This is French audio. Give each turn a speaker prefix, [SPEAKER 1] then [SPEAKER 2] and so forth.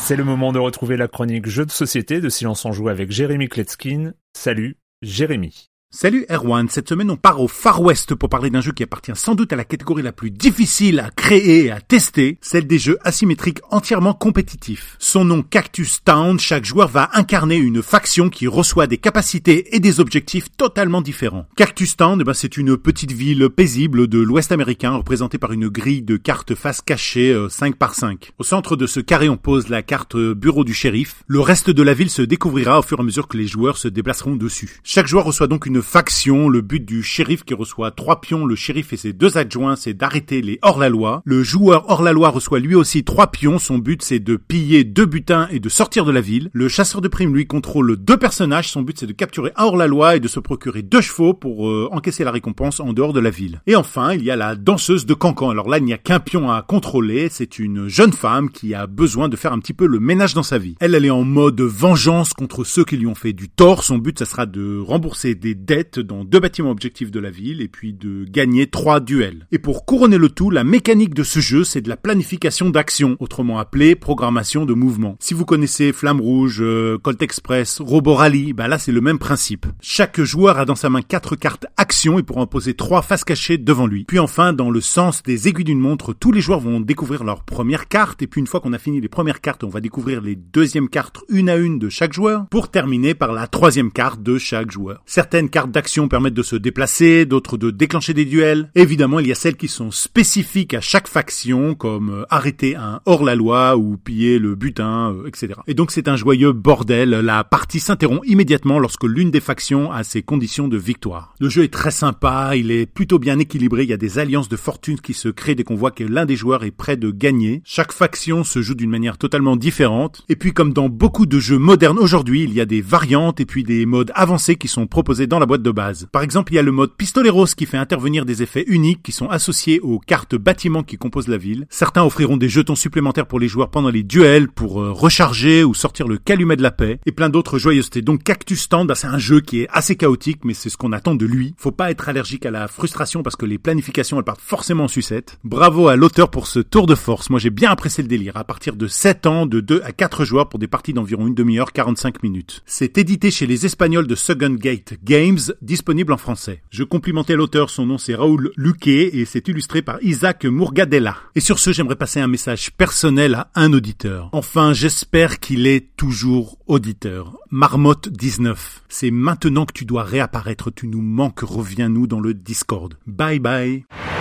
[SPEAKER 1] C'est le moment de retrouver la chronique Jeux de société de Silence on Joue avec Jérémy Kletzkin. Salut, Jérémy.
[SPEAKER 2] Salut Erwan, cette semaine on part au Far West pour parler d'un jeu qui appartient sans doute à la catégorie la plus difficile à créer et à tester, celle des jeux asymétriques entièrement compétitifs. Son nom Cactus Town, chaque joueur va incarner une faction qui reçoit des capacités et des objectifs totalement différents. Cactus Town, c'est une petite ville paisible de l'Ouest américain représentée par une grille de cartes face cachée 5x5. Au centre de ce carré on pose la carte bureau du shérif. Le reste de la ville se découvrira au fur et à mesure que les joueurs se déplaceront dessus. Chaque joueur reçoit donc une faction. Le but du shérif qui reçoit 3 pions, le shérif et ses 2 adjoints, c'est d'arrêter les hors-la-loi. Le joueur hors-la-loi reçoit lui aussi 3 pions. Son but, c'est de piller 2 butins et de sortir de la ville. Le chasseur de primes, lui, contrôle 2 personnages. Son but, c'est de capturer un hors-la-loi et de se procurer 2 chevaux pour encaisser la récompense en dehors de la ville. Et enfin, il y a la danseuse de cancan. Alors là, il n'y a qu'un pion à contrôler. C'est une jeune femme qui a besoin de faire un petit peu le ménage dans sa vie. Elle est en mode vengeance contre ceux qui lui ont fait du tort. Son but, ça sera de rembourser des dettes dans 2 bâtiments objectifs de la ville et puis de gagner 3 duels. Et pour couronner le tout, la mécanique de ce jeu, c'est de la planification d'action, autrement appelée programmation de mouvement. Si vous connaissez Flamme Rouge, Colt Express, Robo Rally, là c'est le même principe. Chaque joueur a dans sa main 4 cartes action et pourra en poser 3 face cachée devant lui. Puis enfin, dans le sens des aiguilles d'une montre, tous les joueurs vont découvrir leur première carte et puis une fois qu'on a fini les premières cartes, on va découvrir les deuxièmes cartes une à une de chaque joueur pour terminer par la 3e carte de chaque joueur. Certaines cartes d'action permettent de se déplacer, d'autres de déclencher des duels. Évidemment, il y a celles qui sont spécifiques à chaque faction, comme arrêter un hors-la-loi ou piller le butin, etc. Et donc c'est un joyeux bordel. La partie s'interrompt immédiatement lorsque l'une des factions a ses conditions de victoire. Le jeu est très sympa, il est plutôt bien équilibré, il y a des alliances de fortune qui se créent dès qu'on voit que l'un des joueurs est prêt de gagner. Chaque faction se joue d'une manière totalement différente. Et puis comme dans beaucoup de jeux modernes aujourd'hui, il y a des variantes et puis des modes avancés qui sont proposés dans la boîte de base. Par exemple, il y a le mode Pistoleros qui fait intervenir des effets uniques qui sont associés aux cartes bâtiments qui composent la ville. Certains offriront des jetons supplémentaires pour les joueurs pendant les duels pour recharger ou sortir le calumet de la paix et plein d'autres joyeusetés. Donc Cactus Town, c'est un jeu qui est assez chaotique mais c'est ce qu'on attend de lui. Faut pas être allergique à la frustration parce que les planifications elles partent forcément en sucette. Bravo à l'auteur pour ce tour de force. Moi j'ai bien apprécié le délire. À partir de 7 ans, de 2 à 4 joueurs pour des parties d'environ une demi-heure, 45 minutes. C'est édité chez les Espagnols de Second Gate Games, disponible en français. Je complimentais l'auteur, son nom c'est Raoul Luque et c'est illustré par Isaac Mourgadella. Et sur ce, j'aimerais passer un message personnel à un auditeur. Enfin, j'espère qu'il est toujours auditeur. Marmotte19. C'est maintenant que tu dois réapparaître, tu nous manques, reviens-nous dans le Discord. Bye bye.